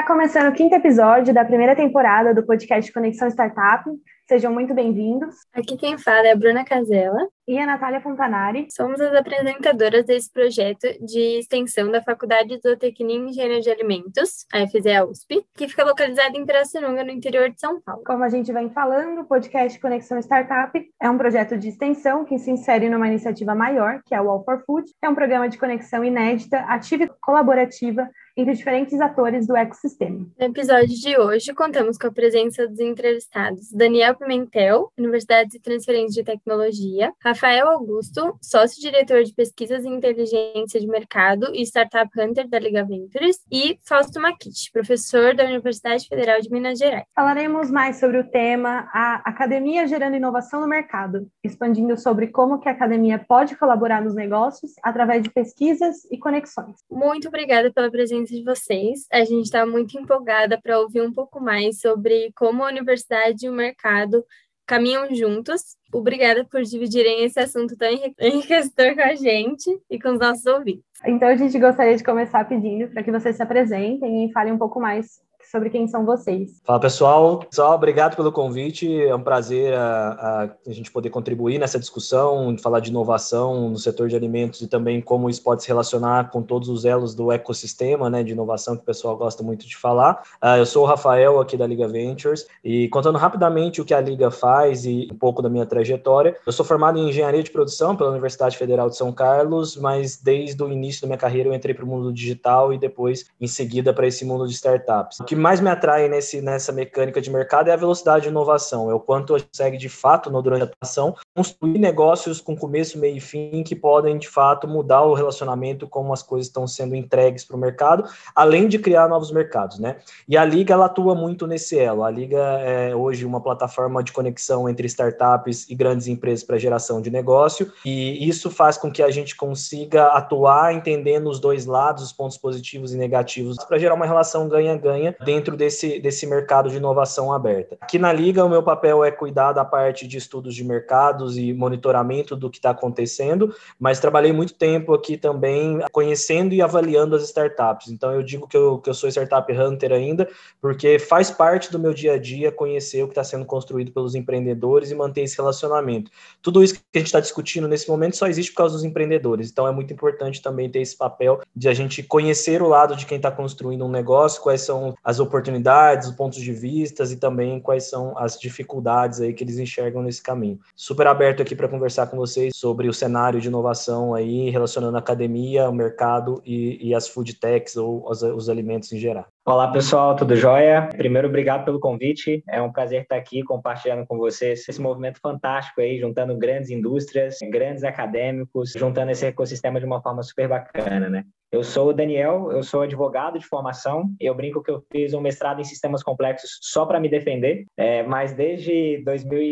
Está começando o quinto episódio da primeira temporada do podcast Conexão Startup. Sejam muito bem-vindos. Aqui quem fala é a Bruna Casella e a Natália Fontanari. Somos as apresentadoras desse projeto de extensão da Faculdade de Zootecnia e Engenharia de Alimentos, a FZA-USP, que fica localizada em Pirassununga, no interior de São Paulo. Como a gente vem falando, o podcast Conexão Startup é um projeto de extensão que se insere numa iniciativa maior, que é o All for Food. É um programa de conexão inédita, ativa e colaborativa entre diferentes atores do ecossistema. No episódio de hoje, contamos com a presença dos entrevistados Daniel Pimentel, Universidade de Transferência de Tecnologia, Rafael Augusto, sócio-diretor de Pesquisas em Inteligência de Mercado e Startup Hunter da Liga Ventures, e Fausto Makich, professor da Universidade Federal de Minas Gerais. Falaremos mais sobre o tema A Academia Gerando Inovação no Mercado, expandindo sobre como que a academia pode colaborar nos negócios através de pesquisas e conexões. Muito obrigada pela presença de vocês. A gente está muito empolgada para ouvir um pouco mais sobre como a universidade e o mercado caminham juntos. Obrigada por dividirem esse assunto tão enriquecedor com a gente e com os nossos ouvintes. Então, a gente gostaria de começar pedindo para que vocês se apresentem e falem um pouco mais sobre quem são vocês. Fala, pessoal. Obrigado pelo convite. É um prazer a gente poder contribuir nessa discussão, falar de inovação no setor de alimentos e também como isso pode se relacionar com todos os elos do ecossistema, né, de inovação que o pessoal gosta muito de falar. Eu sou o Rafael, aqui da Liga Ventures, e contando rapidamente o que a Liga faz e um pouco da minha trajetória. Eu sou formado em Engenharia de Produção pela Universidade Federal de São Carlos, mas desde o início da minha carreira eu entrei para o mundo digital e depois, em seguida, para esse mundo de startups. O que mais me atrai nessa mecânica de mercado é a velocidade de inovação, é o quanto a gente consegue, de fato, durante a atuação, construir negócios com começo, meio e fim que podem, de fato, mudar o relacionamento como as coisas estão sendo entregues para o mercado, além de criar novos mercados, né? E a Liga, ela atua muito nesse elo. A Liga é hoje uma plataforma de conexão entre startups e grandes empresas para geração de negócio, e isso faz com que a gente consiga atuar entendendo os dois lados, os pontos positivos e negativos, para gerar uma relação ganha-ganha dentro desse mercado de inovação aberta. Aqui na Liga, o meu papel é cuidar da parte de estudos de mercados e monitoramento do que está acontecendo, mas trabalhei muito tempo aqui também conhecendo e avaliando as startups. Então, eu digo que eu sou Startup Hunter ainda, porque faz parte do meu dia a dia conhecer o que está sendo construído pelos empreendedores e manter esse relacionamento. Tudo isso que a gente está discutindo nesse momento só existe por causa dos empreendedores. Então, é muito importante também ter esse papel de a gente conhecer o lado de quem está construindo um negócio, quais são as oportunidades, os pontos de vista e também quais são as dificuldades aí que eles enxergam nesse caminho. Super aberto aqui para conversar com vocês sobre o cenário de inovação aí, relacionando a academia, o mercado e as food techs ou os alimentos em geral. Olá, pessoal, tudo jóia? Primeiro, obrigado pelo convite. É um prazer estar aqui compartilhando com vocês esse movimento fantástico aí, juntando grandes indústrias, grandes acadêmicos, juntando esse ecossistema de uma forma super bacana, né? Eu sou o Daniel, eu sou advogado de formação, eu brinco que eu fiz um mestrado em sistemas complexos só para me defender, mas desde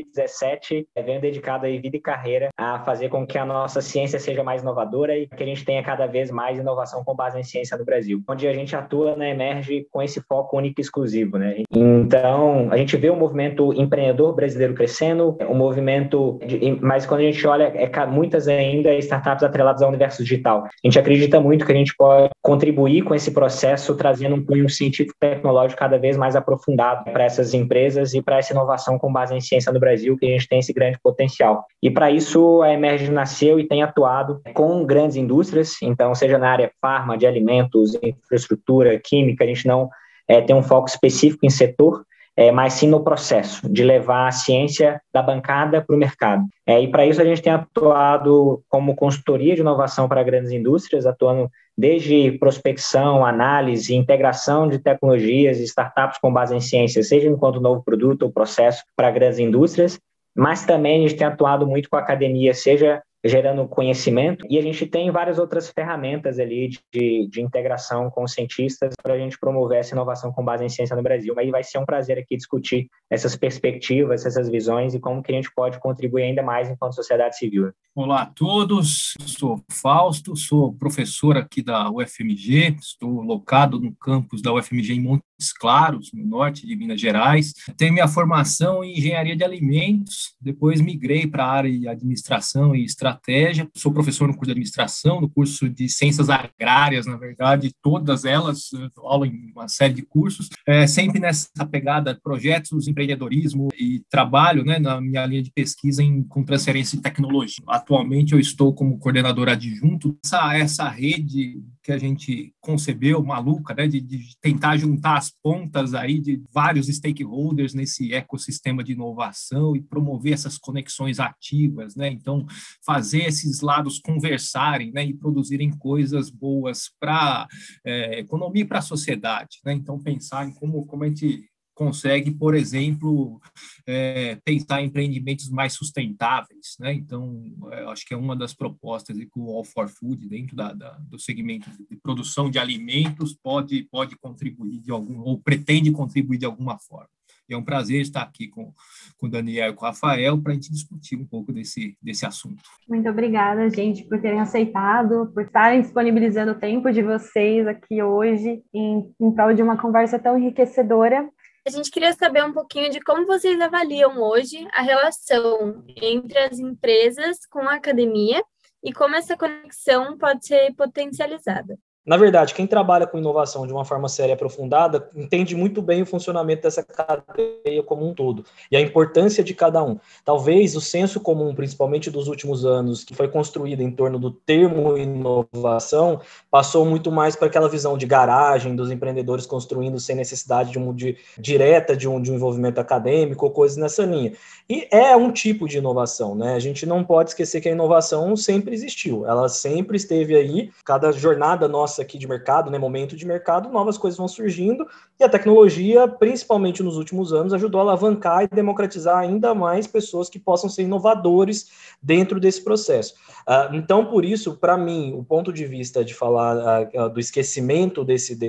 2017 venho dedicado aí vida e carreira a fazer com que a nossa ciência seja mais inovadora e que a gente tenha cada vez mais inovação com base em ciência no Brasil, onde a gente atua na Emerge com esse foco único e exclusivo, né? Então, a gente vê o movimento empreendedor brasileiro crescendo, o movimento, mas quando a gente olha, muitas ainda startups atreladas ao universo digital. A gente acredita muito que a gente pode contribuir com esse processo, trazendo um cunho científico e tecnológico cada vez mais aprofundado para essas empresas e para essa inovação com base em ciência no Brasil, que a gente tem esse grande potencial. E para isso, a Emerge nasceu e tem atuado com grandes indústrias, então, seja na área farma, de alimentos, infraestrutura, química, a gente não tem um foco específico em setor, mas sim no processo de levar a ciência da bancada para o mercado. E para isso a gente tem atuado como consultoria de inovação para grandes indústrias, atuando desde prospecção, análise, integração de tecnologias e startups com base em ciência, seja enquanto novo produto ou processo para grandes indústrias, mas também a gente tem atuado muito com a academia, seja gerando conhecimento, e a gente tem várias outras ferramentas ali de integração com cientistas para a gente promover essa inovação com base em ciência no Brasil. Mas vai ser um prazer aqui discutir essas perspectivas, essas visões e como que a gente pode contribuir ainda mais enquanto sociedade civil. Olá a todos, sou Fausto, sou professor aqui da UFMG, estou locado no campus da UFMG em Claros, no norte de Minas Gerais. Tenho minha formação em engenharia de alimentos, depois migrei para a área de administração e estratégia. Sou professor no curso de administração, no curso de ciências agrárias, na verdade, todas elas, dou aula em uma série de cursos, sempre nessa pegada de projetos, empreendedorismo e trabalho, né, na minha linha de pesquisa com transferência de tecnologia. Atualmente eu estou como coordenador adjunto essa rede que a gente concebeu, maluca, né, de tentar juntar as pontas aí de vários stakeholders nesse ecossistema de inovação e promover essas conexões ativas, né? Então, fazer esses lados conversarem, né, e produzirem coisas boas para a economia e para a sociedade, né? Então, pensar em como a gente consegue, por exemplo, pensar em empreendimentos mais sustentáveis, né? Então, acho que é uma das propostas que o All for Food, dentro do segmento de produção de alimentos, pode contribuir ou pretende contribuir de alguma forma. É um prazer estar aqui com o Daniel e com o Rafael para a gente discutir um pouco desse assunto. Muito obrigada, gente, por terem aceitado, por estarem disponibilizando o tempo de vocês aqui hoje em prol de uma conversa tão enriquecedora. A gente queria saber um pouquinho de como vocês avaliam hoje a relação entre as empresas com a academia e como essa conexão pode ser potencializada. Na verdade, quem trabalha com inovação de uma forma séria e aprofundada entende muito bem o funcionamento dessa cadeia como um todo e a importância de cada um. Talvez o senso comum, principalmente dos últimos anos, que foi construído em torno do termo inovação, passou muito mais para aquela visão de garagem, dos empreendedores construindo sem necessidade direta de um envolvimento acadêmico ou coisas nessa linha. E é um tipo de inovação, né? A gente não pode esquecer que a inovação sempre existiu, ela sempre esteve aí, cada jornada nossa aqui de mercado, né, momento de mercado, novas coisas vão surgindo e a tecnologia, principalmente nos últimos anos, ajudou a alavancar e democratizar ainda mais pessoas que possam ser inovadores dentro desse processo. Então, por isso, para mim, o ponto de vista de falar do esquecimento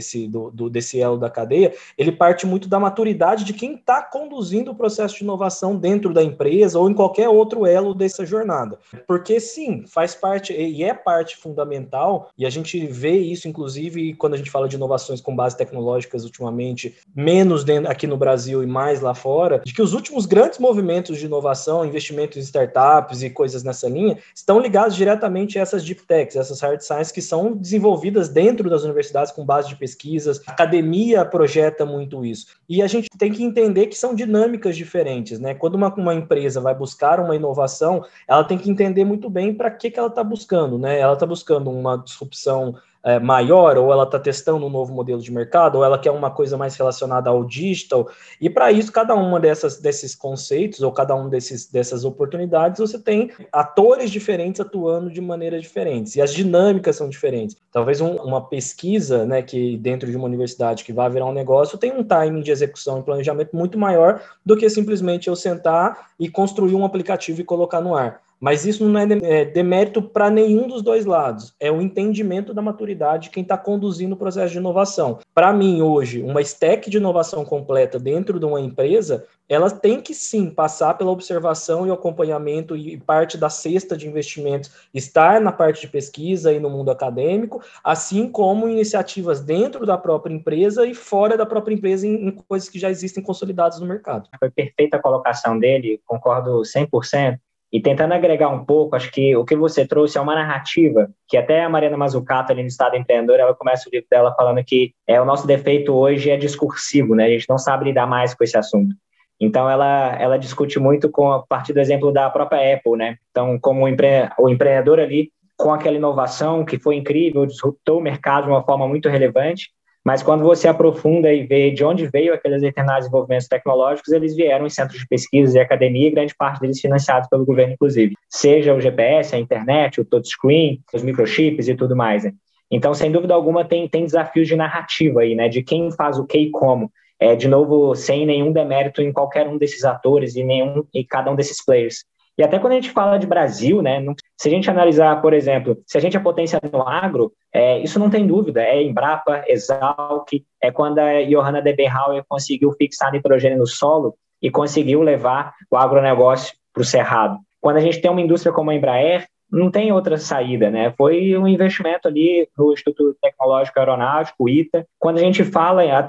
desse elo da cadeia, ele parte muito da maturidade de quem está conduzindo o processo de inovação dentro da empresa ou em qualquer outro elo dessa jornada. Porque, sim, faz parte e é parte fundamental, e a gente vê isso, inclusive, quando a gente fala de inovações com bases tecnológicas ultimamente, menos aqui no Brasil e mais lá fora, de que os últimos grandes movimentos de inovação, investimentos em startups e coisas nessa linha, estão ligados diretamente a essas deep techs, essas hard science que são desenvolvidas dentro das universidades com base de pesquisas. A academia projeta muito isso. E a gente tem que entender que são dinâmicas diferentes, né? Quando uma empresa vai buscar uma inovação, ela tem que entender muito bem para que ela está buscando, né? Ela está buscando uma disrupção maior, ou ela está testando um novo modelo de mercado, ou ela quer uma coisa mais relacionada ao digital, e para isso, cada uma desses conceitos, ou cada dessas oportunidades, você tem atores diferentes atuando de maneiras diferentes, e as dinâmicas são diferentes. Talvez uma pesquisa, né, que dentro de uma universidade que vai virar um negócio, tem um timing de execução e planejamento muito maior do que simplesmente eu sentar e construir um aplicativo e colocar no ar. Mas isso não é demérito para nenhum dos dois lados. É o entendimento da maturidade de quem está conduzindo o processo de inovação. Para mim, hoje, uma stack de inovação completa dentro de uma empresa, ela tem que, sim, passar pela observação e acompanhamento, e parte da cesta de investimentos estar na parte de pesquisa e no mundo acadêmico, assim como iniciativas dentro da própria empresa e fora da própria empresa em coisas que já existem consolidadas no mercado. Foi perfeita a colocação dele, concordo 100%. E tentando agregar um pouco, acho que o que você trouxe é uma narrativa, que até a Mariana Mazzucato, ali no Estado Empreendedor, ela começa o livro dela falando que o nosso defeito hoje é discursivo, né? A gente não sabe lidar mais com esse assunto. Então, ela discute muito a partir do exemplo da própria Apple, né? Então, como o empreendedor ali, com aquela inovação que foi incrível, disruptou o mercado de uma forma muito relevante, mas quando você aprofunda e vê de onde veio aqueles determinados desenvolvimentos tecnológicos, eles vieram em centros de pesquisa e academia, e grande parte deles financiados pelo governo, inclusive. Seja o GPS, a internet, o touchscreen, os microchips e tudo mais, né? Então, sem dúvida alguma, tem desafios de narrativa aí, né? De quem faz o que e como. De novo, sem nenhum demérito em qualquer um desses atores e cada um desses players. E até quando a gente fala de Brasil, né, se a gente analisar, por exemplo, se a gente é potência no agro, isso não tem dúvida, é Embrapa, Exalc, é quando a Johanna Debenhauer conseguiu fixar nitrogênio no solo e conseguiu levar o agronegócio para o cerrado. Quando a gente tem uma indústria como a Embraer, não tem outra saída, né? Foi um investimento ali no Instituto Tecnológico Aeronáutico, ITA. Quando a gente fala até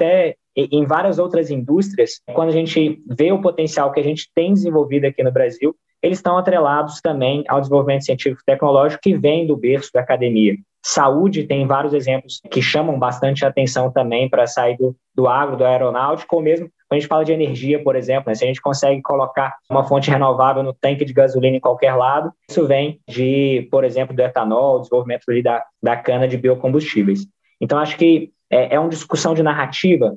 em várias outras indústrias, quando a gente vê o potencial que a gente tem desenvolvido aqui no Brasil, eles estão atrelados também ao desenvolvimento científico e tecnológico que vem do berço da academia. Saúde tem vários exemplos que chamam bastante atenção também para sair do agro, do aeronáutico, ou mesmo quando a gente fala de energia, por exemplo, né? Se a gente consegue colocar uma fonte renovável no tanque de gasolina em qualquer lado, isso vem de, por exemplo, do etanol, desenvolvimento ali da cana de biocombustíveis. Então, acho que é uma discussão de narrativa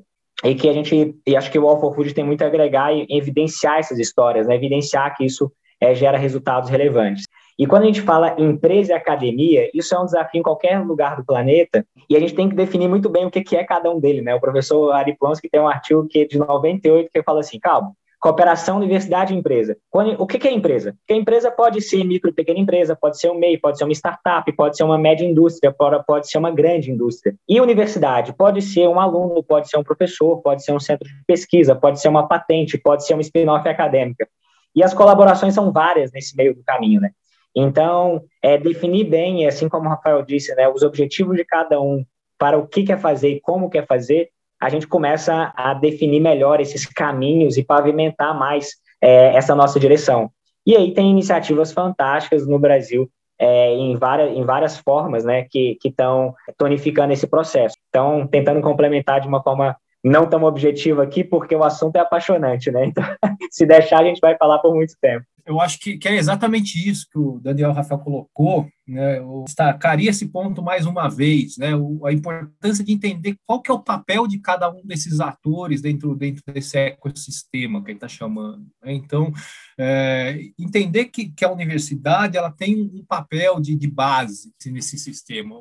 e acho que o All4Food tem muito a agregar e evidenciar essas histórias, né? Evidenciar que isso gera resultados relevantes. E quando a gente fala empresa e academia, isso é um desafio em qualquer lugar do planeta, e a gente tem que definir muito bem o que é cada um deles, né? O professor Ari Plonsky tem um artigo de 98 que fala assim, calma, cooperação, universidade e empresa. O que é empresa? Porque a empresa pode ser micro e pequena empresa, pode ser um MEI, pode ser uma startup, pode ser uma média indústria, pode ser uma grande indústria. E universidade pode ser um aluno, pode ser um professor, pode ser um centro de pesquisa, pode ser uma patente, pode ser uma spin-off acadêmica. E as colaborações são várias nesse meio do caminho, né? Então, definir bem, assim como o Rafael disse, né, os objetivos de cada um para o que quer fazer e como quer fazer, a gente começa a definir melhor esses caminhos e pavimentar mais essa nossa direção. E aí tem iniciativas fantásticas no Brasil, em várias formas, né, que estão tonificando esse processo. Então, tentando complementar de uma forma não tão objetiva aqui, porque o assunto é apaixonante, né? Então, se deixar, a gente vai falar por muito tempo. Eu acho que é exatamente isso que o Daniel Rafael colocou, né? Eu destacaria esse ponto mais uma vez, né? A importância de entender qual que é o papel de cada um desses atores dentro desse ecossistema que ele está chamando, né? Então, entender que a universidade ela tem um papel de base nesse sistema,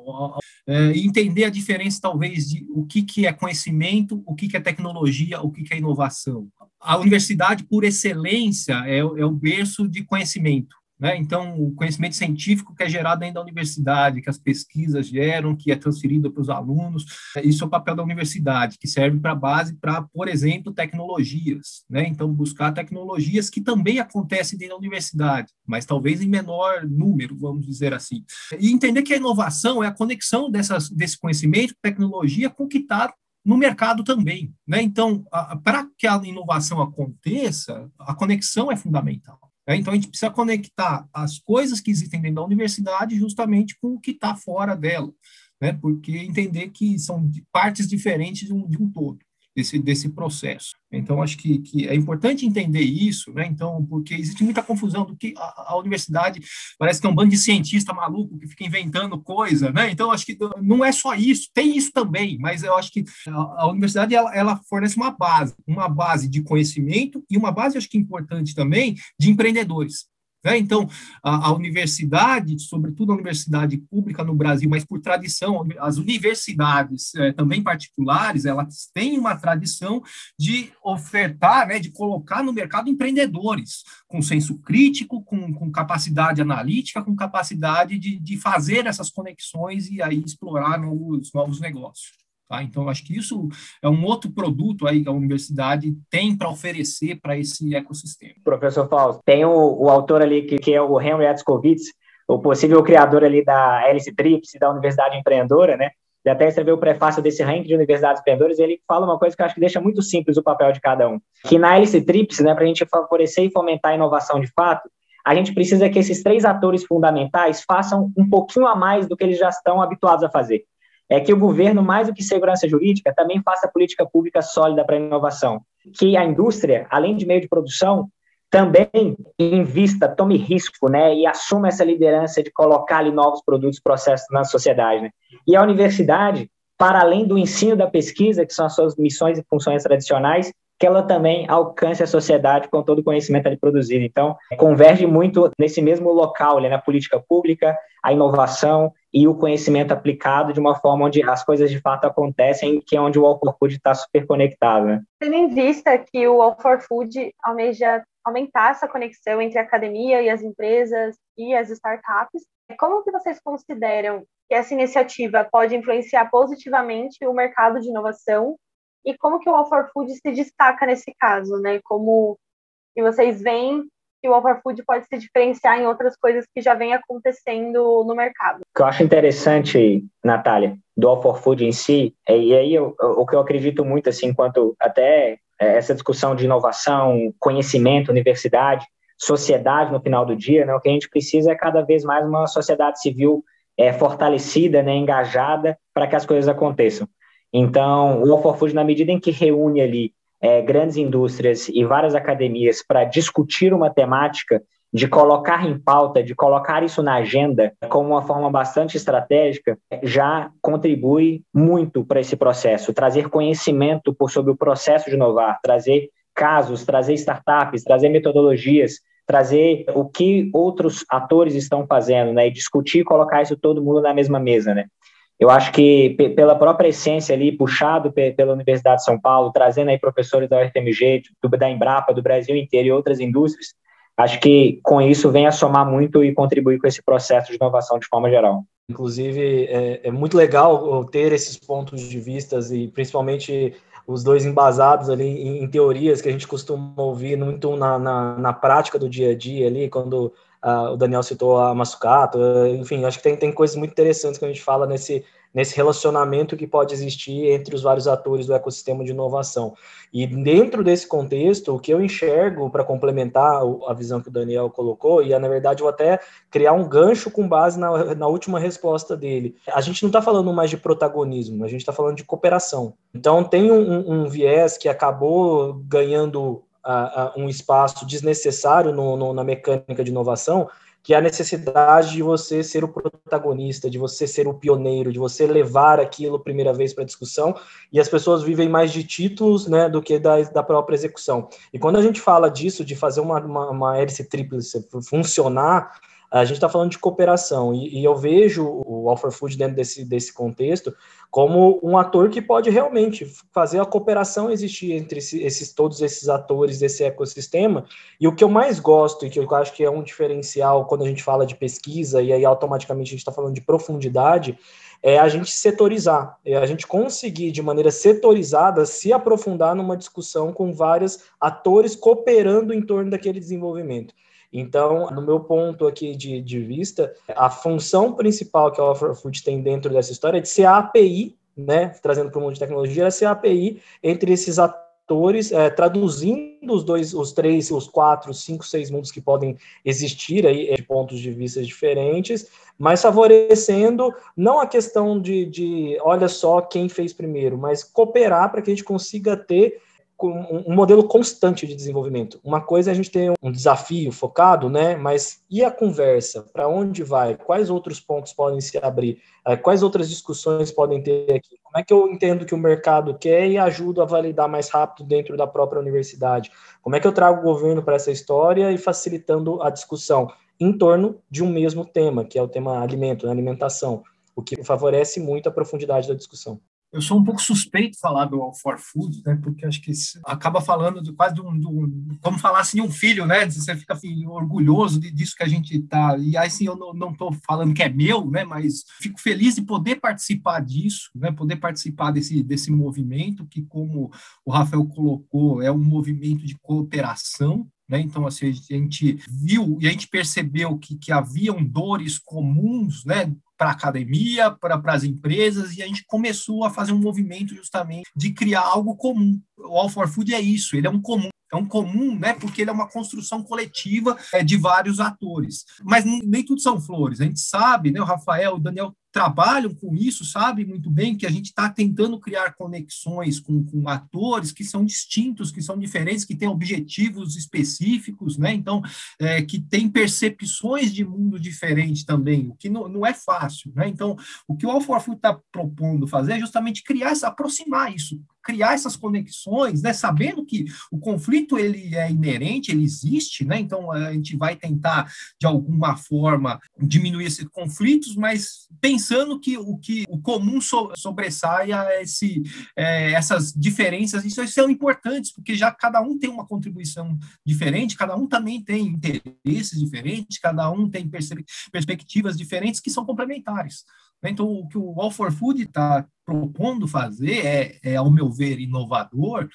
e entender a diferença, talvez, de o que é conhecimento, o que é tecnologia, o que é inovação. A universidade, por excelência, é o berço de conhecimento, né? Então, o conhecimento científico que é gerado dentro da universidade, que as pesquisas geram, que é transferido para os alunos, isso é o papel da universidade, que serve para base para, por exemplo, tecnologias, né? Então, buscar tecnologias que também acontecem dentro da universidade, mas talvez em menor número, vamos dizer assim. E entender que a inovação é a conexão desse conhecimento, tecnologia, com o que está no mercado também, né? Então, para que a inovação aconteça, a conexão é fundamental, né? Então, a gente precisa conectar as coisas que existem dentro da universidade justamente com o que está fora dela, né? Porque entender que são partes diferentes de um todo, desse processo. Então, acho que é importante entender isso, né? Então, porque existe muita confusão do que a universidade parece que é um bando de cientista maluco que fica inventando coisa, né? Então, acho que não é só isso, tem isso também, mas eu acho que a universidade ela fornece uma base de conhecimento e uma base, acho que importante também, de empreendedores. Então, a universidade, sobretudo a universidade pública no Brasil, mas por tradição, as universidades também particulares, elas têm uma tradição de ofertar, né, de colocar no mercado empreendedores, com senso crítico, com capacidade analítica, com capacidade de fazer essas conexões e aí explorar novos negócios. Tá? Então, acho que isso é um outro produto aí que a universidade tem para oferecer para esse ecossistema. Professor Fausto, tem o autor ali que é o Henry Etzkowitz, o possível criador ali da Hélice Tríplice, da Universidade Empreendedora, né? Ele até escreveu o prefácio desse ranking de universidades empreendedoras, e ele fala uma coisa que eu acho que deixa muito simples o papel de cada um. Que na Hélice Tríplice, né, para a gente favorecer e fomentar a inovação de fato, a gente precisa que esses 3 atores fundamentais façam um pouquinho a mais do que eles já estão habituados a fazer. É que o governo, mais do que segurança jurídica, também faça política pública sólida para a inovação. Que a indústria, além de meio de produção, também invista, tome risco, né, e assuma essa liderança de colocar ali novos produtos, processos na sociedade, né? E a universidade, para além do ensino da pesquisa, que são as suas missões e funções tradicionais, que ela também alcance a sociedade com todo o conhecimento ali produzido. Então, converge muito nesse mesmo local, na política pública, a inovação e o conhecimento aplicado de uma forma onde as coisas de fato acontecem, que é onde o All4Food está super conectado, né? Tendo em vista que o All4Food almeja aumentar essa conexão entre a academia e as empresas e as startups, como que vocês consideram que essa iniciativa pode influenciar positivamente o mercado de inovação e como que o All4Food se destaca nesse caso, né? Como que vocês veem que o All for Food pode se diferenciar em outras coisas que já vem acontecendo no mercado. O que eu acho interessante, Natália, do All for Food em si, e aí o que eu acredito muito, assim, enquanto até essa discussão de inovação, conhecimento, universidade, sociedade no final do dia, né, o que a gente precisa é cada vez mais uma sociedade civil fortalecida, né, engajada, para que as coisas aconteçam. Então, o All for Food, na medida em que reúne ali grandes indústrias e várias academias para discutir uma temática, de colocar em pauta, de colocar isso na agenda como uma forma bastante estratégica, já contribui muito para esse processo. Trazer conhecimento sobre o processo de inovar, trazer casos, trazer startups, trazer metodologias, trazer o que outros atores estão fazendo, né? E discutir e colocar isso todo mundo na mesma mesa, né? Eu acho que pela própria essência ali, puxado pela Universidade de São Paulo, trazendo aí professores da UFMG, da Embrapa, do Brasil inteiro e outras indústrias, acho que com isso vem a somar muito e contribuir com esse processo de inovação de forma geral. Inclusive, é muito legal ter esses pontos de vista e principalmente os dois embasados ali em teorias que a gente costuma ouvir muito na prática do dia a dia ali, quando o Daniel citou a Mazzucato, enfim, acho que tem coisas muito interessantes que a gente fala nesse relacionamento que pode existir entre os vários atores do ecossistema de inovação. E dentro desse contexto, o que eu enxergo para complementar a visão que o Daniel colocou, e na verdade eu vou até criar um gancho com base na última resposta dele. A gente não está falando mais de protagonismo, a gente está falando de cooperação. Então tem um viés que acabou ganhando um espaço desnecessário na mecânica de inovação, que é a necessidade de você ser o protagonista, de você ser o pioneiro, de você levar aquilo primeira vez para a discussão, e as pessoas vivem mais de títulos, né, do que da própria execução. E quando a gente fala disso, de fazer uma hélice tríplice funcionar, a gente está falando de cooperação, e eu vejo o All for Food dentro desse contexto como um ator que pode realmente fazer a cooperação existir entre todos esses atores desse ecossistema. E o que eu mais gosto, e que eu acho que é um diferencial quando a gente fala de pesquisa, e aí automaticamente a gente está falando de profundidade, é a gente setorizar, é a gente conseguir de maneira setorizada se aprofundar numa discussão com vários atores cooperando em torno daquele desenvolvimento. Então, no meu ponto aqui de vista, a função principal que a All for Food tem dentro dessa história é de ser a API, né, trazendo para o mundo de tecnologia, é ser a API entre esses atores, traduzindo os 3, os 4, 5, 6 mundos que podem existir aí de pontos de vista diferentes, mas favorecendo não a questão de olha só quem fez primeiro, mas cooperar para que a gente consiga ter um modelo constante de desenvolvimento. Uma coisa é a gente ter um desafio focado, né? Mas e a conversa? Para onde vai? Quais outros pontos podem se abrir? Quais outras discussões podem ter aqui? Como é que eu entendo que o mercado quer e ajudo a validar mais rápido dentro da própria universidade? Como é que eu trago o governo para essa história e facilitando a discussão em torno de um mesmo tema, que é o tema alimento, né? Alimentação, o que favorece muito a profundidade da discussão. Eu sou um pouco suspeito de falar do All for Food, né? Porque acho que acaba falando quase como falar assim, um filho, né? Você fica orgulhoso disso que a gente está. E aí, assim, eu não estou falando que é meu, né? Mas fico feliz de poder participar disso, né? Poder participar desse movimento que, como o Rafael colocou, é um movimento de cooperação. Né? Então, assim, a gente viu e a gente percebeu que haviam dores comuns, né? Para a academia, para as empresas, e a gente começou a fazer um movimento justamente de criar algo comum. O All for Food é isso, ele é um comum. É um comum, né, porque ele é uma construção coletiva de vários atores. Mas nem tudo são flores. A gente sabe, né, o Rafael, o Daniel trabalham com isso, sabe muito bem que a gente está tentando criar conexões com atores que são distintos, que são diferentes, que têm objetivos específicos, né? Então, que têm percepções de mundo diferente também, o que não é fácil, né? Então, o que o All for Food está propondo fazer é justamente aproximar isso, criar essas conexões, né? Sabendo que o conflito ele é inerente, ele existe, né? Então, a gente vai tentar, de alguma forma, diminuir esses conflitos, mas pensando que o comum sobressaia essas diferenças, isso são importantes, porque já cada um tem uma contribuição diferente, cada um também tem interesses diferentes, cada um tem perspectivas diferentes que são complementares. Então, o que o All4Food está propondo fazer ao meu ver, inovador,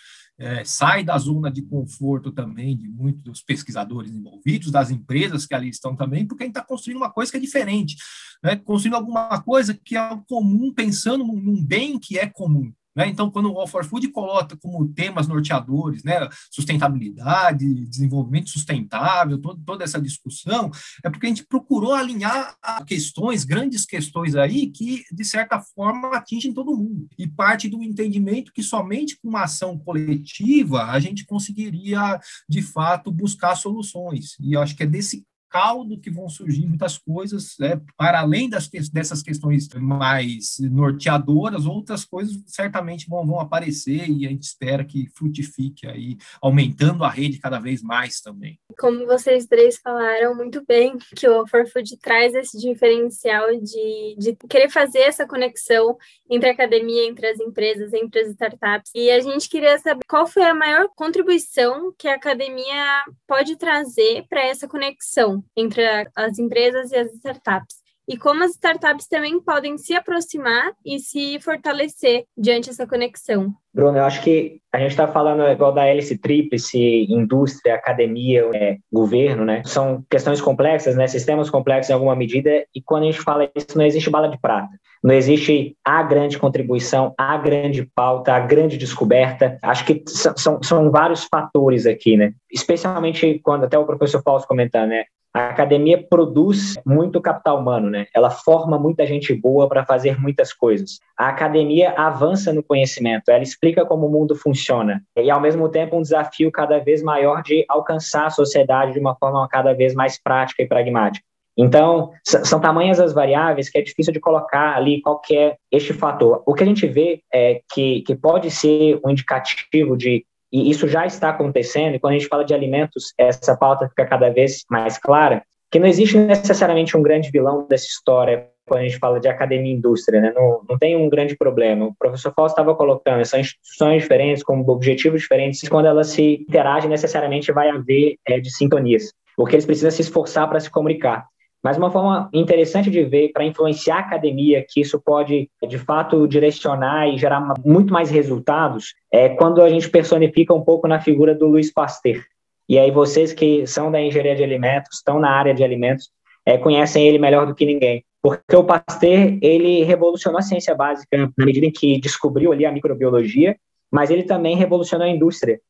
sai da zona de conforto também de muitos dos pesquisadores envolvidos, das empresas que ali estão também, porque a gente está construindo uma coisa que é diferente, né? Construindo alguma coisa que é comum, pensando num bem que é comum. Então, quando o All4Food coloca como temas norteadores, né, sustentabilidade, desenvolvimento sustentável, toda essa discussão, é porque a gente procurou alinhar questões, grandes questões aí, que, de certa forma, atingem todo mundo. E parte do entendimento que somente com uma ação coletiva a gente conseguiria, de fato, buscar soluções. E eu acho que é desse caldo que vão surgir muitas coisas, para além dessas questões mais norteadoras, outras coisas certamente vão aparecer e a gente espera que frutifique aí, aumentando a rede cada vez mais também. Como vocês três falaram muito bem, que o All4Food traz esse diferencial de querer fazer essa conexão entre a academia, entre as empresas, entre as startups. E a gente queria saber qual foi a maior contribuição que a academia pode trazer para essa conexão entre as empresas e as startups. E como as startups também podem se aproximar e se fortalecer diante dessa conexão. Bruno, eu acho que a gente está falando igual da hélice tríplice, indústria, academia, governo, né? São questões complexas, né? Sistemas complexos em alguma medida, e quando a gente fala isso, não existe bala de prata. Não existe a grande contribuição, a grande pauta, a grande descoberta. Acho que são vários fatores aqui, né? Especialmente quando até o professor Fausto comentando, né? A academia produz muito capital humano, né? Ela forma muita gente boa para fazer muitas coisas. A academia avança no conhecimento, ela explica como o mundo funciona. E, ao mesmo tempo, um desafio cada vez maior de alcançar a sociedade de uma forma cada vez mais prática e pragmática. Então, são tamanhas as variáveis que é difícil de colocar ali qual que é este fator. O que a gente vê é que pode ser um indicativo de e isso já está acontecendo, e quando a gente fala de alimentos, essa pauta fica cada vez mais clara, que não existe necessariamente um grande vilão dessa história quando a gente fala de academia e indústria, né? Não tem um grande problema. O professor Fausto estava colocando, são instituições diferentes, com objetivos diferentes, quando elas se interagem, necessariamente vai haver de sintonias, porque eles precisam se esforçar para se comunicar. Mas uma forma interessante de ver, para influenciar a academia, que isso pode, de fato, direcionar e gerar muito mais resultados, é quando a gente personifica um pouco na figura do Louis Pasteur. E aí vocês que são da engenharia de alimentos, estão na área de alimentos, conhecem ele melhor do que ninguém. Porque o Pasteur, ele revolucionou a ciência básica na medida em que descobriu ali a microbiologia, mas ele também revolucionou a indústria,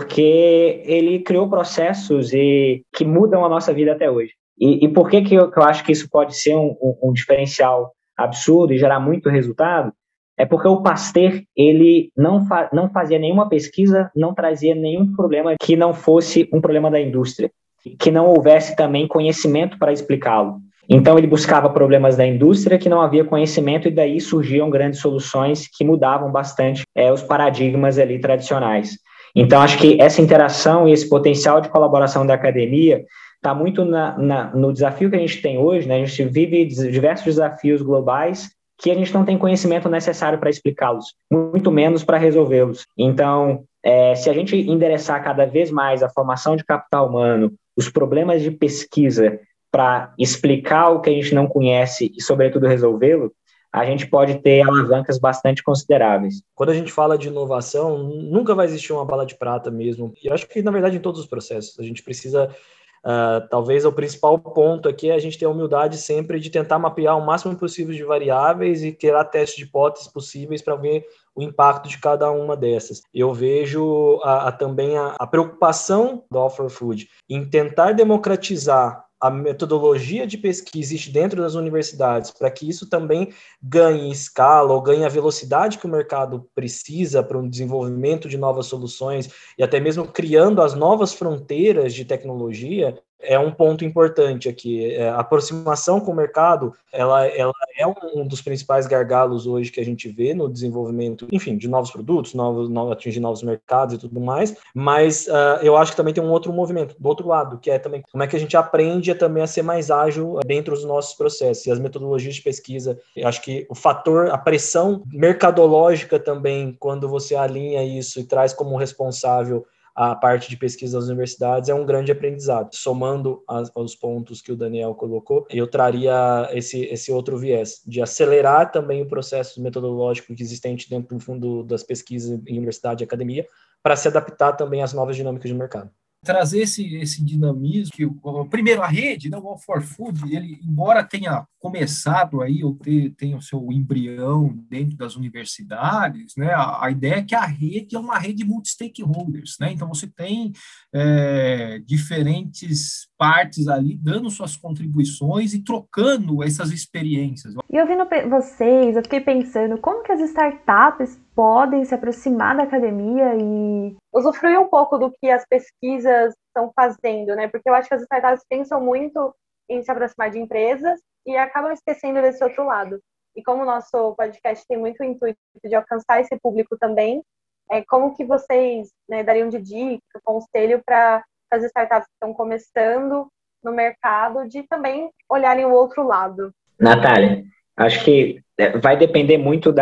porque ele criou processos que mudam a nossa vida até hoje. E por que eu acho que isso pode ser um diferencial absurdo e gerar muito resultado? É porque o Pasteur, ele não fazia nenhuma pesquisa, não trazia nenhum problema que não fosse um problema da indústria, que não houvesse também conhecimento para explicá-lo. Então, ele buscava problemas da indústria que não havia conhecimento, e daí surgiam grandes soluções que mudavam bastante os paradigmas ali tradicionais. Então, acho que essa interação e esse potencial de colaboração da academia está muito no desafio que a gente tem hoje, né? A gente vive diversos desafios globais que a gente não tem conhecimento necessário para explicá-los, muito menos para resolvê-los. Então, se a gente endereçar cada vez mais a formação de capital humano, os problemas de pesquisa para explicar o que a gente não conhece e, sobretudo, resolvê-lo, a gente pode ter alavancas bastante consideráveis. Quando a gente fala de inovação, nunca vai existir uma bala de prata mesmo. E eu acho que, na verdade, em todos os processos, a gente precisa... talvez o principal ponto aqui é a gente ter a humildade sempre de tentar mapear o máximo possível de variáveis e criar testes de hipóteses possíveis para ver o impacto de cada uma dessas. Eu vejo também a preocupação do All4Food em tentar democratizar a metodologia de pesquisa que existe dentro das universidades, para que isso também ganhe escala ou ganhe a velocidade que o mercado precisa para o desenvolvimento de novas soluções e até mesmo criando as novas fronteiras de tecnologia, é um ponto importante aqui. A aproximação com o mercado, ela é um dos principais gargalos hoje que a gente vê no desenvolvimento, enfim, de novos produtos, atingir novos mercados e tudo mais, mas eu acho que também tem um outro movimento, do outro lado, que é também como é que a gente aprende também a ser mais ágil dentro dos nossos processos, e as metodologias de pesquisa. Eu acho que o fator, a pressão mercadológica também, quando você alinha isso e traz como responsável a parte de pesquisa das universidades é um grande aprendizado. Somando aos pontos que o Daniel colocou, eu traria esse outro viés, de acelerar também o processo metodológico que existente dentro do fundo das pesquisas em universidade e academia, para se adaptar também às novas dinâmicas de mercado. Trazer esse dinamismo, que primeiro a rede, né, o All4Food, ele, embora tenha começado aí, ou tenha o seu embrião dentro das universidades, né, a ideia é que a rede é uma rede multi-stakeholders, né, então você tem diferentes partes ali dando suas contribuições e trocando essas experiências. E ouvindo vocês, eu fiquei pensando como que as startups podem se aproximar da academia e usufruir um pouco do que as pesquisas estão fazendo, né? Porque eu acho que as startups pensam muito em se aproximar de empresas e acabam esquecendo desse outro lado. E como o nosso podcast tem muito intuito de alcançar esse público também, como que vocês, né, dariam de dica, conselho para as startups que estão começando no mercado de também olharem o outro lado? Natália, acho que vai depender muito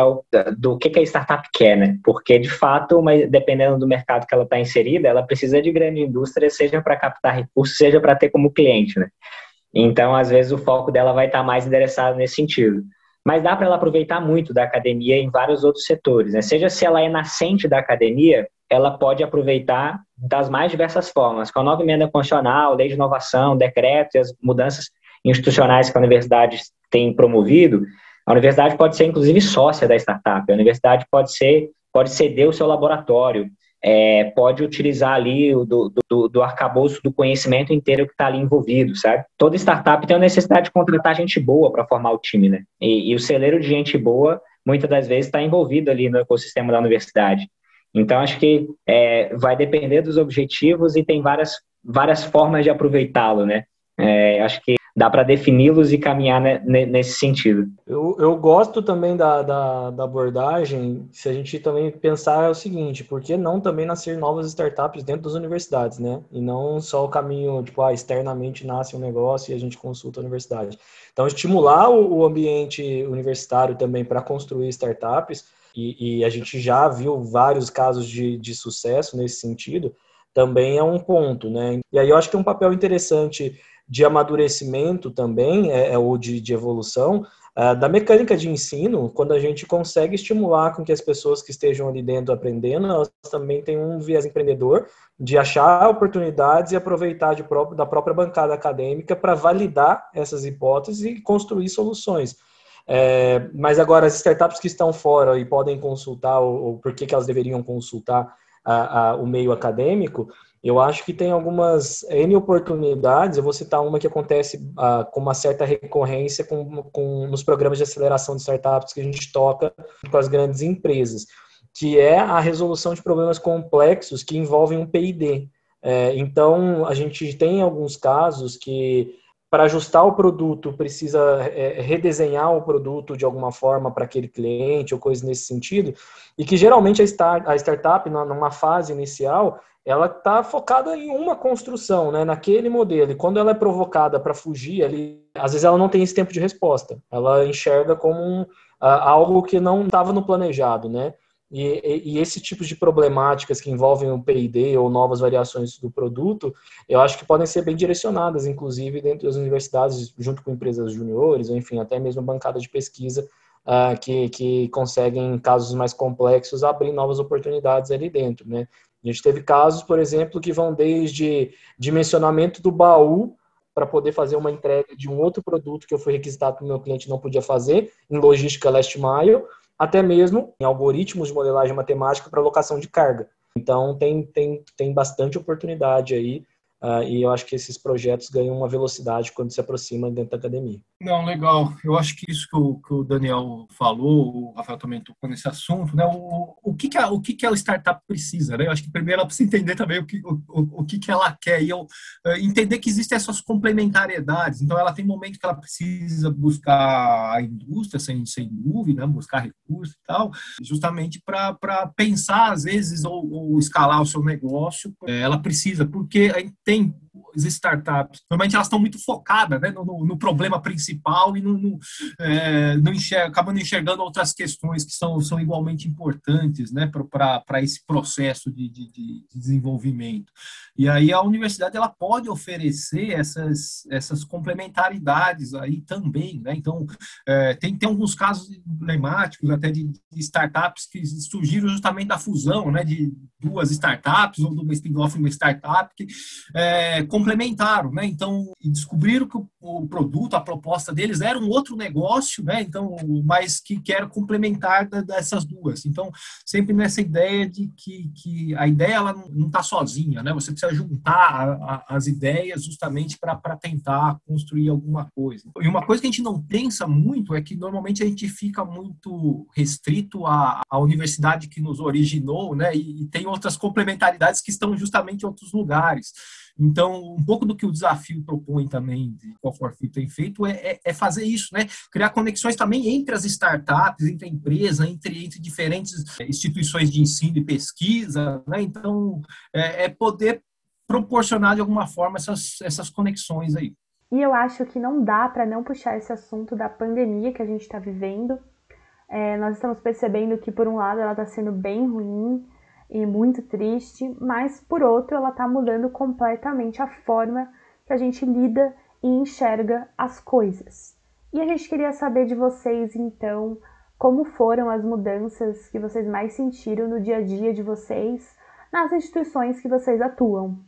do que a startup quer, né? Porque, de fato, mas dependendo do mercado que ela está inserida, ela precisa de grande indústria, seja para captar recursos, seja para ter como cliente, né? Então, às vezes, o foco dela vai estar mais endereçado nesse sentido. Mas dá para ela aproveitar muito da academia em vários outros setores, né? Seja se ela é nascente da academia, ela pode aproveitar das mais diversas formas, com a nova emenda constitucional, lei de inovação, decretos e as mudanças institucionais que a universidade tem promovido. A universidade pode ser, inclusive, sócia da startup. A universidade pode ceder o seu laboratório, pode utilizar ali do arcabouço do conhecimento inteiro que está ali envolvido, sabe? Toda startup tem a necessidade de contratar gente boa para formar o time, né? E o celeiro de gente boa, muitas das vezes, está envolvido ali no ecossistema da universidade. Então, acho que vai depender dos objetivos e tem várias formas de aproveitá-lo, né? Acho que dá para defini-los e caminhar nesse sentido. Eu gosto também da abordagem, se a gente também pensar é o seguinte, por que não também nascer novas startups dentro das universidades, né? E não só o caminho, tipo, externamente nasce um negócio e a gente consulta a universidade. Então, estimular o ambiente universitário também para construir startups, e a gente já viu vários casos de sucesso nesse sentido, também é um ponto, né? E aí eu acho que tem um papel interessante de amadurecimento também, ou de evolução, da mecânica de ensino, quando a gente consegue estimular com que as pessoas que estejam ali dentro aprendendo, elas também têm um viés empreendedor de achar oportunidades e aproveitar da própria bancada acadêmica para validar essas hipóteses e construir soluções. Mas agora, as startups que estão fora e podem consultar, ou por que elas deveriam consultar o meio acadêmico, eu acho que tem algumas N oportunidades. Eu vou citar uma que acontece com uma certa recorrência nos programas de aceleração de startups que a gente toca com as grandes empresas, que é a resolução de problemas complexos que envolvem um P&D. Então, a gente tem alguns casos que, para ajustar o produto, precisa redesenhar o produto de alguma forma para aquele cliente ou coisa nesse sentido, e que geralmente a startup, numa fase inicial, ela está focada em uma construção, né, naquele modelo, e quando ela é provocada para fugir ali, às vezes ela não tem esse tempo de resposta, ela enxerga como algo que não estava no planejado, né? E esse tipo de problemáticas que envolvem o P&D ou novas variações do produto, eu acho que podem ser bem direcionadas, inclusive, dentro das universidades, junto com empresas juniores, ou enfim, até mesmo bancada de pesquisa, que conseguem, em casos mais complexos, abrir novas oportunidades ali dentro, né? A gente teve casos, por exemplo, que vão desde dimensionamento do baú para poder fazer uma entrega de um outro produto que eu fui requisitado para o meu cliente não podia fazer, em logística last mile, até mesmo em algoritmos de modelagem matemática para alocação de carga. Então, tem bastante oportunidade aí, e eu acho que esses projetos ganham uma velocidade quando se aproximam dentro da academia. Não, legal. Eu acho que isso que o Daniel falou, o Rafael também tocou nesse assunto, né? O que a startup precisa, né? Eu acho que primeiro ela precisa entender também o que ela quer e entender que existem essas complementariedades. Então, ela tem momentos que ela precisa buscar a indústria, sem dúvida, né? Buscar recursos e tal, justamente para pensar, às vezes, ou escalar o seu negócio. Ela precisa, porque a gente tem as startups, normalmente elas estão muito focadas, né, no problema principal e acabam não enxergando outras questões que são igualmente importantes, né, para esse processo de desenvolvimento. E aí a universidade ela pode oferecer essas complementaridades aí também, né? Então, tem alguns casos emblemáticos até de startups que surgiram justamente da fusão, né, de duas startups ou de uma spin-off, uma startup que complementaram, né? Então, descobriram que o produto, a proposta deles era um outro negócio, né? Então, mas que quer complementar dessas duas. Então, sempre nessa ideia de que a ideia ela não está sozinha, né? Você precisa juntar as ideias justamente para tentar construir alguma coisa. E uma coisa que a gente não pensa muito é que normalmente a gente fica muito restrito à universidade que nos originou, né? E tem outras complementaridades que estão justamente em outros lugares. Então, um pouco do que o desafio propõe também, de qual Forfit tem feito, é fazer isso, né? Criar conexões também entre as startups, entre a empresa, entre diferentes instituições de ensino e pesquisa, né? Então, poder proporcionar de alguma forma essas conexões aí. E eu acho que não dá para não puxar esse assunto da pandemia que a gente está vivendo. Nós estamos percebendo que, por um lado, ela está sendo bem ruim e muito triste, mas, por outro, ela está mudando completamente a forma que a gente lida e enxerga as coisas. E a gente queria saber de vocês, então, como foram as mudanças que vocês mais sentiram no dia a dia de vocês, nas instituições que vocês atuam.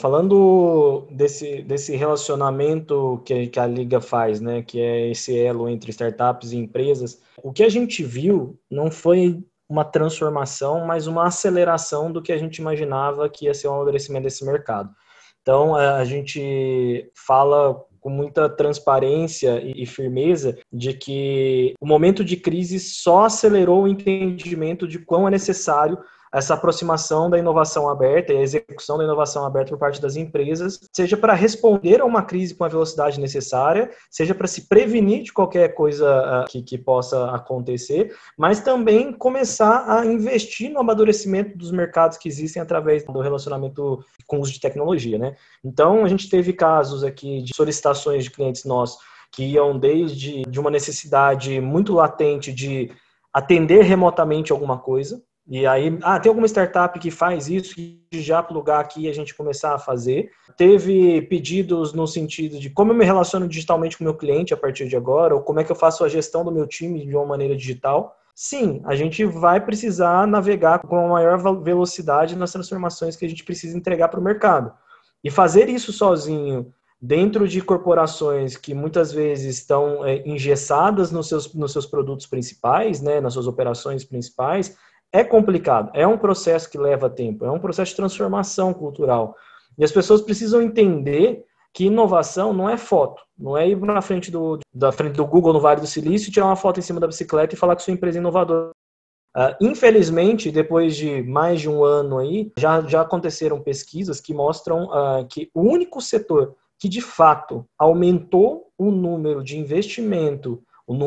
Falando desse relacionamento que a Liga faz, né, que é esse elo entre startups e empresas, o que a gente viu não foi uma transformação, mas uma aceleração do que a gente imaginava que ia ser o amadurecimento desse mercado. Então, a gente fala com muita transparência e firmeza de que o momento de crise só acelerou o entendimento de quão é necessário essa aproximação da inovação aberta e a execução da inovação aberta por parte das empresas, seja para responder a uma crise com a velocidade necessária, seja para se prevenir de qualquer coisa que possa acontecer, mas também começar a investir no amadurecimento dos mercados que existem através do relacionamento com o uso de tecnologia, né? Então, a gente teve casos aqui de solicitações de clientes nossos que iam desde uma necessidade muito latente de atender remotamente alguma coisa. E aí, tem alguma startup que faz isso, que já plugar aqui e a gente começar a fazer. Teve pedidos no sentido de como eu me relaciono digitalmente com o meu cliente a partir de agora, ou como é que eu faço a gestão do meu time de uma maneira digital. Sim, a gente vai precisar navegar com uma maior velocidade nas transformações que a gente precisa entregar para o mercado. E fazer isso sozinho, dentro de corporações que muitas vezes estão engessadas nos seus produtos principais, né, nas suas operações principais, é complicado, é um processo que leva tempo, é um processo de transformação cultural. E as pessoas precisam entender que inovação não é foto, não é ir na frente da frente do Google no Vale do Silício, tirar uma foto em cima da bicicleta e falar que sua empresa é inovadora. Infelizmente, depois de mais de um ano aí, já aconteceram pesquisas que mostram que o único setor que de fato aumentou o número de investimento,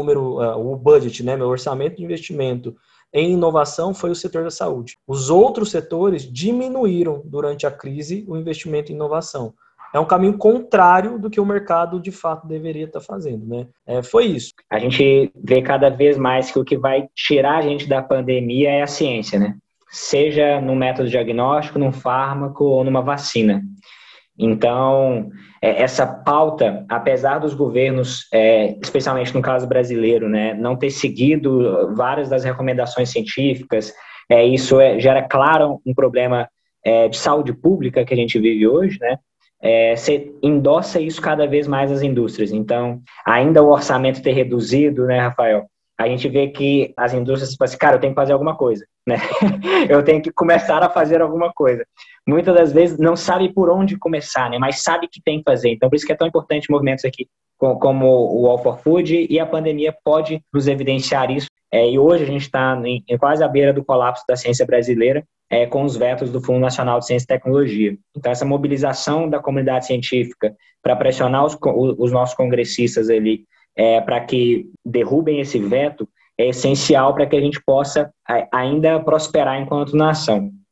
o budget, né, meu orçamento de investimento em inovação foi o setor da saúde. Os outros setores diminuíram durante a crise o investimento em inovação. É um caminho contrário do que o mercado de fato deveria estar fazendo, né? Foi isso. A gente vê cada vez mais que o que vai tirar a gente da pandemia é a ciência, né? Seja no método diagnóstico, num fármaco ou numa vacina. Então, essa pauta, apesar dos governos, especialmente no caso brasileiro, né, não ter seguido várias das recomendações científicas, isso gera, claro, um problema de saúde pública que a gente vive hoje, né? Você endossa isso cada vez mais às indústrias. Então, ainda o orçamento ter reduzido, né, Rafael? A gente vê que as indústrias falam assim, cara, eu tenho que fazer alguma coisa, né? Eu tenho que começar a fazer alguma coisa. Muitas das vezes não sabe por onde começar, né? Mas sabe que tem que fazer. Então, por isso que é tão importante movimentos aqui como o All for Food, e a pandemia pode nos evidenciar isso. E hoje a gente está em quase à beira do colapso da ciência brasileira, com os vetos do Fundo Nacional de Ciência e Tecnologia. Então, essa mobilização da comunidade científica para pressionar os nossos congressistas ali, para que derrubem esse veto, é essencial para que a gente possa ainda prosperar enquanto nação.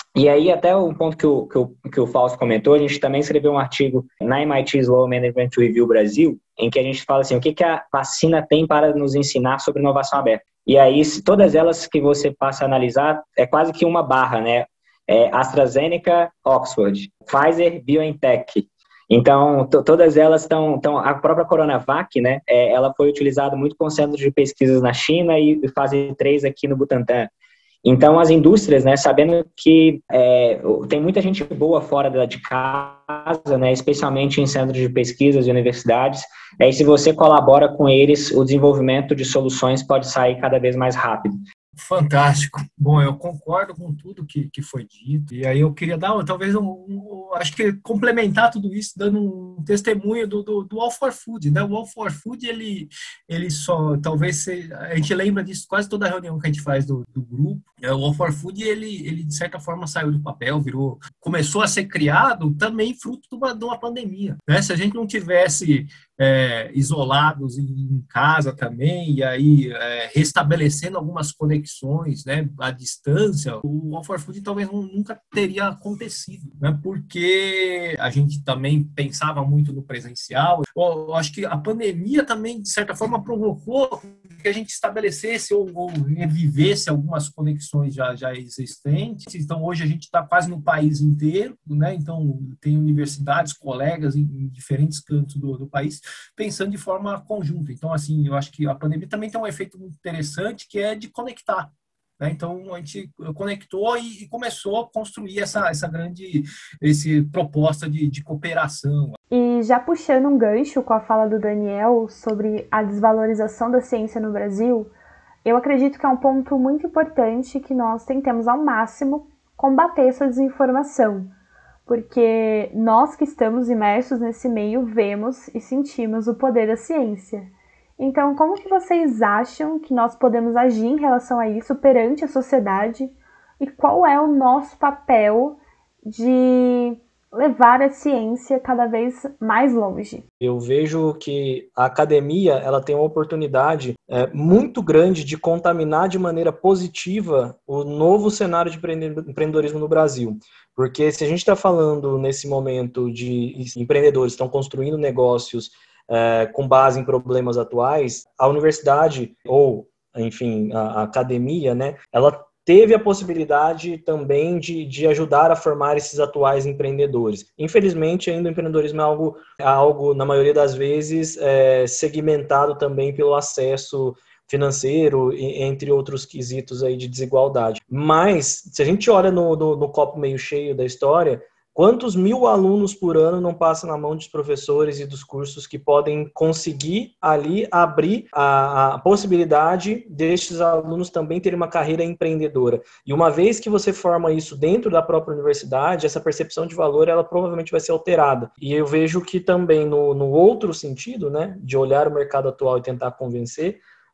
E aí, até um ponto que o Fausto comentou, a gente também escreveu um artigo na MIT Sloan Management Review Brasil, em que a gente fala assim, o que a vacina tem para nos ensinar sobre inovação aberta. E aí, todas elas que você passa a analisar, é quase que uma barra, né? AstraZeneca, Oxford, Pfizer, BioNTech. Então, todas elas estão... A própria Coronavac, né? Ela foi utilizada muito com centros de pesquisas na China e fase 3 aqui no Butantan. Então, as indústrias, né, sabendo que tem muita gente boa fora de casa, né, especialmente em centros de pesquisas e universidades, e se você colabora com eles, o desenvolvimento de soluções pode sair cada vez mais rápido. Fantástico. Bom, eu concordo com tudo que foi dito. E aí eu queria dar, talvez, acho que complementar tudo isso, dando um testemunho do All for Food, né? O All for Food, ele só, talvez, a gente lembra disso quase toda reunião que a gente faz do grupo. O All for Food, ele de certa forma saiu do papel, começou a ser criado também fruto de uma pandemia, né? Se a gente não tivesse isolados em casa também, e aí restabelecendo algumas conexões, né, à distância, o All for Food talvez nunca teria acontecido, né, porque a gente também pensava muito no presencial. Eu acho que a pandemia também, de certa forma, provocou que a gente estabelecesse ou revivesse algumas conexões já existentes. Então, hoje a gente está quase no país inteiro, né? Então, tem universidades, colegas em diferentes cantos do país, pensando de forma conjunta. Então, assim, eu acho que a pandemia também tem um efeito muito interessante, que é de conectar. Então, a gente conectou e começou a construir essa grande proposta de cooperação. E já puxando um gancho com a fala do Daniel sobre a desvalorização da ciência no Brasil, eu acredito que é um ponto muito importante que nós tentemos ao máximo combater essa desinformação, porque nós que estamos imersos nesse meio vemos e sentimos o poder da ciência. Então, como que vocês acham que nós podemos agir em relação a isso perante a sociedade? E qual é o nosso papel de levar a ciência cada vez mais longe? Eu vejo que a academia ela tem uma oportunidade muito grande de contaminar de maneira positiva o novo cenário de empreendedorismo no Brasil. Porque se a gente está falando nesse momento de empreendedores que estão construindo negócios com base em problemas atuais, a universidade ou, enfim, a academia, né, ela teve a possibilidade também de ajudar a formar esses atuais empreendedores. Infelizmente, ainda o empreendedorismo é algo na maioria das vezes, segmentado também pelo acesso financeiro, entre outros quesitos aí de desigualdade. Mas, se a gente olha no copo meio cheio da história, quantos 1.000 alunos por ano não passam na mão dos professores e dos cursos que podem conseguir ali abrir a possibilidade destes alunos também terem uma carreira empreendedora? E uma vez que você forma isso dentro da própria universidade, essa percepção de valor, ela provavelmente vai ser alterada. E eu vejo que também no outro sentido, né, de olhar o mercado atual e tentar convencer,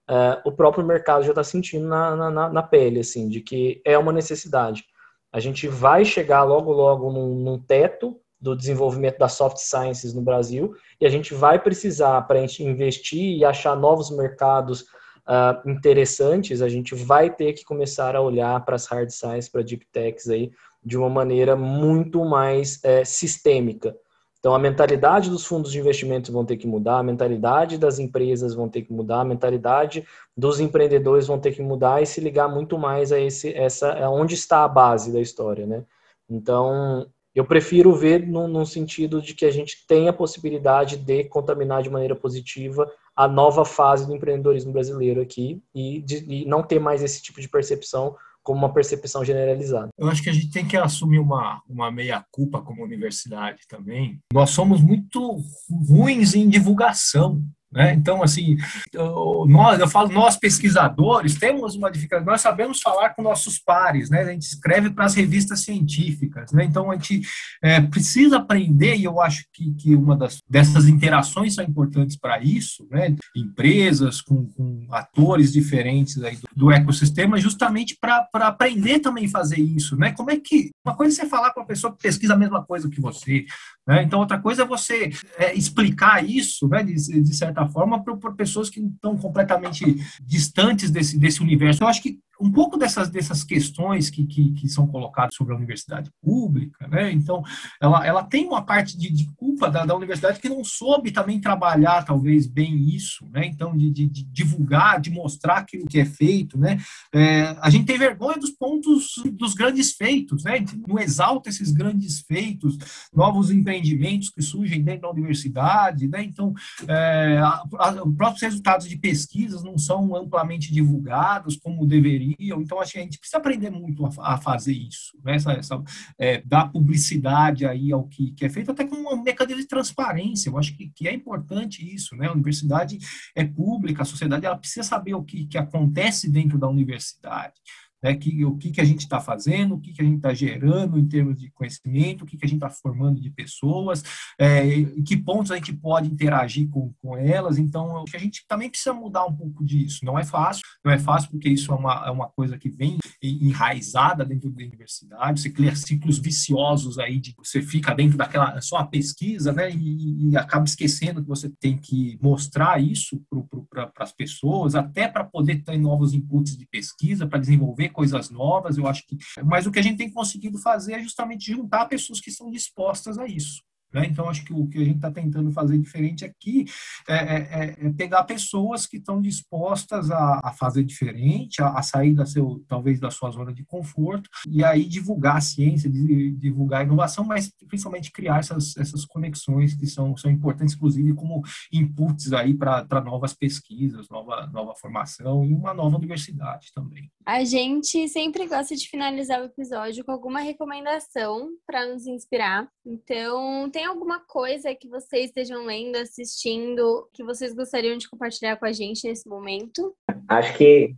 o próprio mercado já está sentindo na pele, assim, de que é uma necessidade. A gente vai chegar logo num teto do desenvolvimento das soft sciences no Brasil e a gente vai precisar, para a gente investir e achar novos mercados interessantes, a gente vai ter que começar a olhar para as hard sciences, para deep techs aí, de uma maneira muito mais sistêmica. Então, a mentalidade dos fundos de investimentos vão ter que mudar, a mentalidade das empresas vão ter que mudar, a mentalidade dos empreendedores vão ter que mudar e se ligar muito mais a onde está a base da história, né? Então, eu prefiro ver num sentido de que a gente tem a possibilidade de contaminar de maneira positiva a nova fase do empreendedorismo brasileiro aqui e não ter mais esse tipo de percepção como uma percepção generalizada. Eu acho que a gente tem que assumir uma meia-culpa como universidade também. Nós somos muito ruins em divulgação, né? Então, assim, nós pesquisadores temos uma dificuldade, nós sabemos falar com nossos pares, né? A gente escreve para as revistas científicas, né? Então, a gente precisa aprender, e eu acho que uma dessas interações são importantes para isso, né? Empresas com atores diferentes aí do ecossistema, justamente para aprender também a fazer isso, né? Como é que... Uma coisa é você falar com uma pessoa que pesquisa a mesma coisa que você, né? Então, outra coisa é você explicar isso, né? De certa forma, para pessoas que estão completamente distantes desse universo. Eu acho que um pouco dessas questões que são colocadas sobre a universidade pública, né? Então, ela tem uma parte de culpa da universidade que não soube também trabalhar, talvez, bem isso, né? Então, de divulgar, de mostrar aquilo que é feito, né? A gente tem vergonha dos pontos, dos grandes feitos, né? A gente não exalta esses grandes feitos, novos empreendimentos que surgem dentro da universidade, né? Então, os próprios resultados de pesquisas não são amplamente divulgados como deveriam. Então, acho que a gente precisa aprender muito a fazer isso, né? Dar publicidade aí ao que é feito, até com um mecanismo de transparência. Eu acho que é importante isso, né? A universidade é pública, a sociedade ela precisa saber o que acontece dentro da universidade. Né, o que a gente está fazendo, o que a gente está gerando em termos de conhecimento, o que a gente está formando de pessoas, em que pontos a gente pode interagir com elas. Então, a gente também precisa mudar um pouco disso. Não é fácil porque isso é uma coisa que vem enraizada dentro da universidade, você cria ciclos viciosos aí, você fica dentro daquela só a pesquisa, né, e acaba esquecendo que você tem que mostrar isso para as pessoas, até para poder ter novos inputs de pesquisa, para desenvolver coisas novas. Eu acho que, mas o que a gente tem conseguido fazer é justamente juntar pessoas que estão dispostas a isso. Né? Então, acho que o que a gente está tentando fazer diferente aqui é pegar pessoas que estão dispostas a fazer diferente, a sair talvez da sua zona de conforto, e aí divulgar a ciência, divulgar a inovação, mas principalmente criar essas conexões que são importantes, inclusive como inputs aí para novas pesquisas, nova formação e uma nova universidade também. A gente sempre gosta de finalizar o episódio com alguma recomendação para nos inspirar. Então, tem alguma coisa que vocês estejam lendo, assistindo, que vocês gostariam de compartilhar com a gente nesse momento? Acho que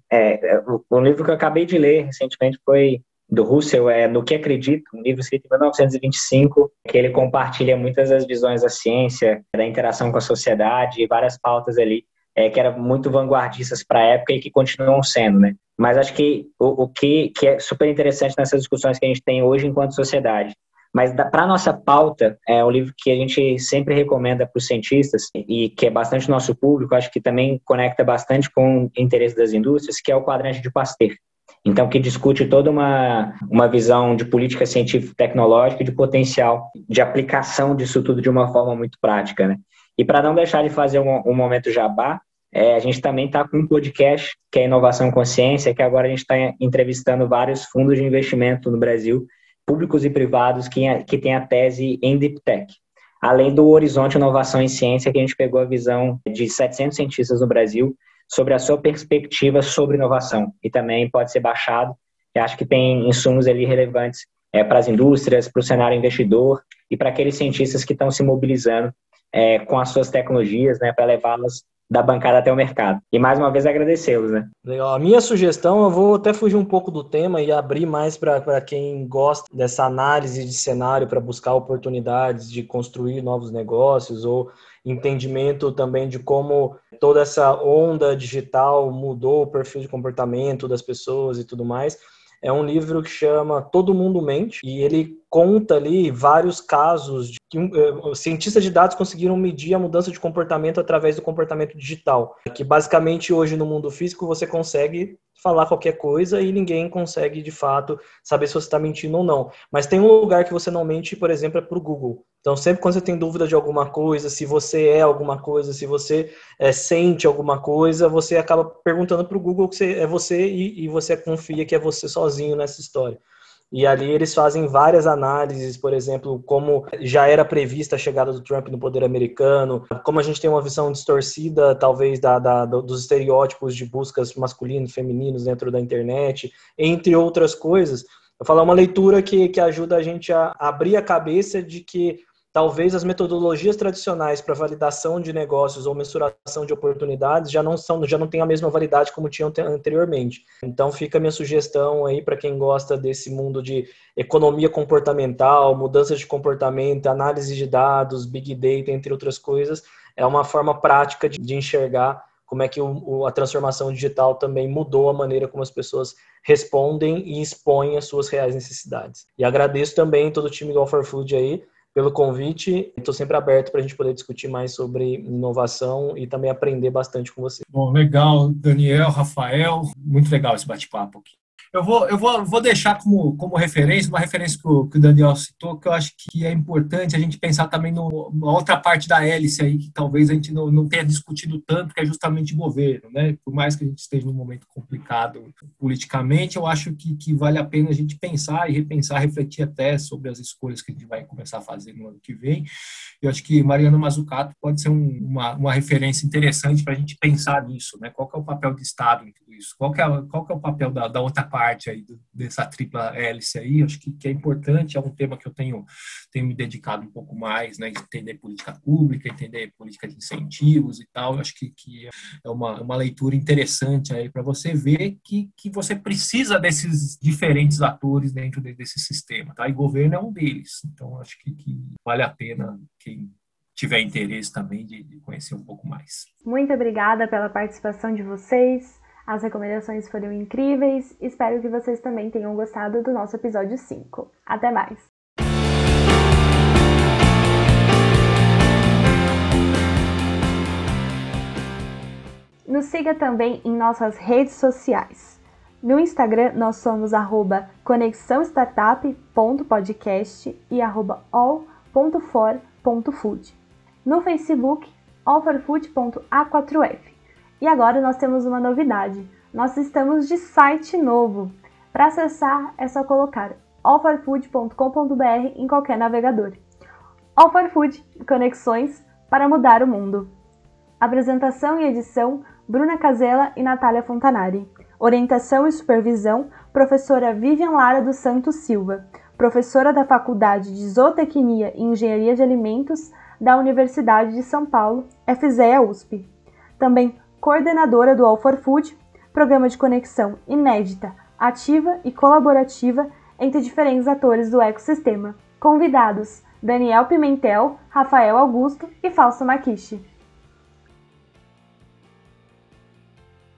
o livro que eu acabei de ler recentemente foi do Russell, No Que Acredito, um livro escrito em 1925, que ele compartilha muitas das visões da ciência, da interação com a sociedade e várias pautas ali, que eram muito vanguardistas para a época e que continuam sendo, né? Mas acho que o que é super interessante nessas discussões que a gente tem hoje enquanto sociedade, mas para a nossa pauta, é um livro que a gente sempre recomenda para os cientistas e que é bastante nosso público, acho que também conecta bastante com o interesse das indústrias, que é o Quadrante de Pasteur. Então, que discute toda uma visão de política científico-tecnológica e de potencial de aplicação disso tudo de uma forma muito prática, né? E para não deixar de fazer um momento jabá, a gente também está com um podcast, que é Inovação Consciência, que agora a gente está entrevistando vários fundos de investimento no Brasil, públicos e privados, que têm a tese em Deep Tech. Além do Horizonte Inovação em Ciência, que a gente pegou a visão de 700 cientistas no Brasil sobre a sua perspectiva sobre inovação. E também pode ser baixado. Eu acho que tem insumos ali relevantes para as indústrias, para o cenário investidor e para aqueles cientistas que estão se mobilizando com as suas tecnologias, né, para levá-las da bancada até o mercado. E mais uma vez agradecê-los, né? Legal. A minha sugestão, eu vou até fugir um pouco do tema e abrir mais para quem gosta dessa análise de cenário para buscar oportunidades de construir novos negócios ou entendimento também de como toda essa onda digital mudou o perfil de comportamento das pessoas e tudo mais. É um livro que chama Todo Mundo Mente e ele conta ali vários casos de que cientistas de dados conseguiram medir a mudança de comportamento através do comportamento digital, que basicamente hoje no mundo físico você consegue falar qualquer coisa e ninguém consegue de fato saber se você está mentindo ou não. Mas tem um lugar que você não mente, por exemplo, é para o Google. Então sempre quando você tem dúvida de alguma coisa, se você é alguma coisa, se você sente alguma coisa, você acaba perguntando para o Google que é você e você confia que é você sozinho nessa história. E ali eles fazem várias análises, por exemplo, como já era prevista a chegada do Trump no poder americano, como a gente tem uma visão distorcida, talvez, dos estereótipos de buscas masculinos e femininos dentro da internet, entre outras coisas. Eu falo, é uma leitura que ajuda a gente a abrir a cabeça de que talvez as metodologias tradicionais para validação de negócios ou mensuração de oportunidades já não têm a mesma validade como tinham anteriormente. Então fica a minha sugestão aí para quem gosta desse mundo de economia comportamental, mudanças de comportamento, análise de dados, big data, entre outras coisas. É uma forma prática de enxergar como é que a transformação digital também mudou a maneira como as pessoas respondem e expõem as suas reais necessidades. E agradeço também todo o time do All for Food aí pelo convite. Estou sempre aberto para a gente poder discutir mais sobre inovação e também aprender bastante com você. Bom, legal, Daniel, Rafael, muito legal esse bate-papo aqui. Eu vou deixar como referência, uma referência que o Daniel citou, que eu acho que é importante a gente pensar também numa outra parte da hélice aí, que talvez a gente não tenha discutido tanto, que é justamente governo, né? Por mais que a gente esteja num momento complicado politicamente, eu acho que vale a pena a gente pensar e repensar, refletir até sobre as escolhas que a gente vai começar a fazer no ano que vem. Eu acho que Mariana Mazzucato pode ser uma referência interessante para a gente pensar nisso, né? Qual que é o papel do Estado em tudo isso? Qual que é o papel da outra parte aí dessa tripla hélice aí? Acho que é importante, é um tema que eu tenho me dedicado um pouco mais, né? Entender política pública, entender política de incentivos e tal. Eu acho que é uma leitura interessante aí para você ver que você precisa desses diferentes atores dentro desse sistema, tá? E governo é um deles. Então, acho que vale a pena quem tiver interesse também de conhecer um pouco mais. Muito obrigada pela participação de vocês. As recomendações foram incríveis. Espero que vocês também tenham gostado do nosso episódio 5. Até mais! Nos siga também em nossas redes sociais. No Instagram, nós somos @conexãostartup.podcast e @all.for.food. No Facebook, allforfood.a4f. E agora nós temos uma novidade. Nós estamos de site novo. Para acessar, é só colocar allforfood.com.br em qualquer navegador. All for Food, conexões para mudar o mundo. Apresentação e edição, Bruna Casella e Natália Fontanari. Orientação e supervisão, professora Vivian Lara dos Santos Silva, professora da Faculdade de Zootecnia e Engenharia de Alimentos da Universidade de São Paulo, FZEA USP. Também coordenadora do All for Food, programa de conexão inédita, ativa e colaborativa entre diferentes atores do ecossistema. Convidados: Daniel Pimentel, Rafael Augusto e Fausto Maquiche.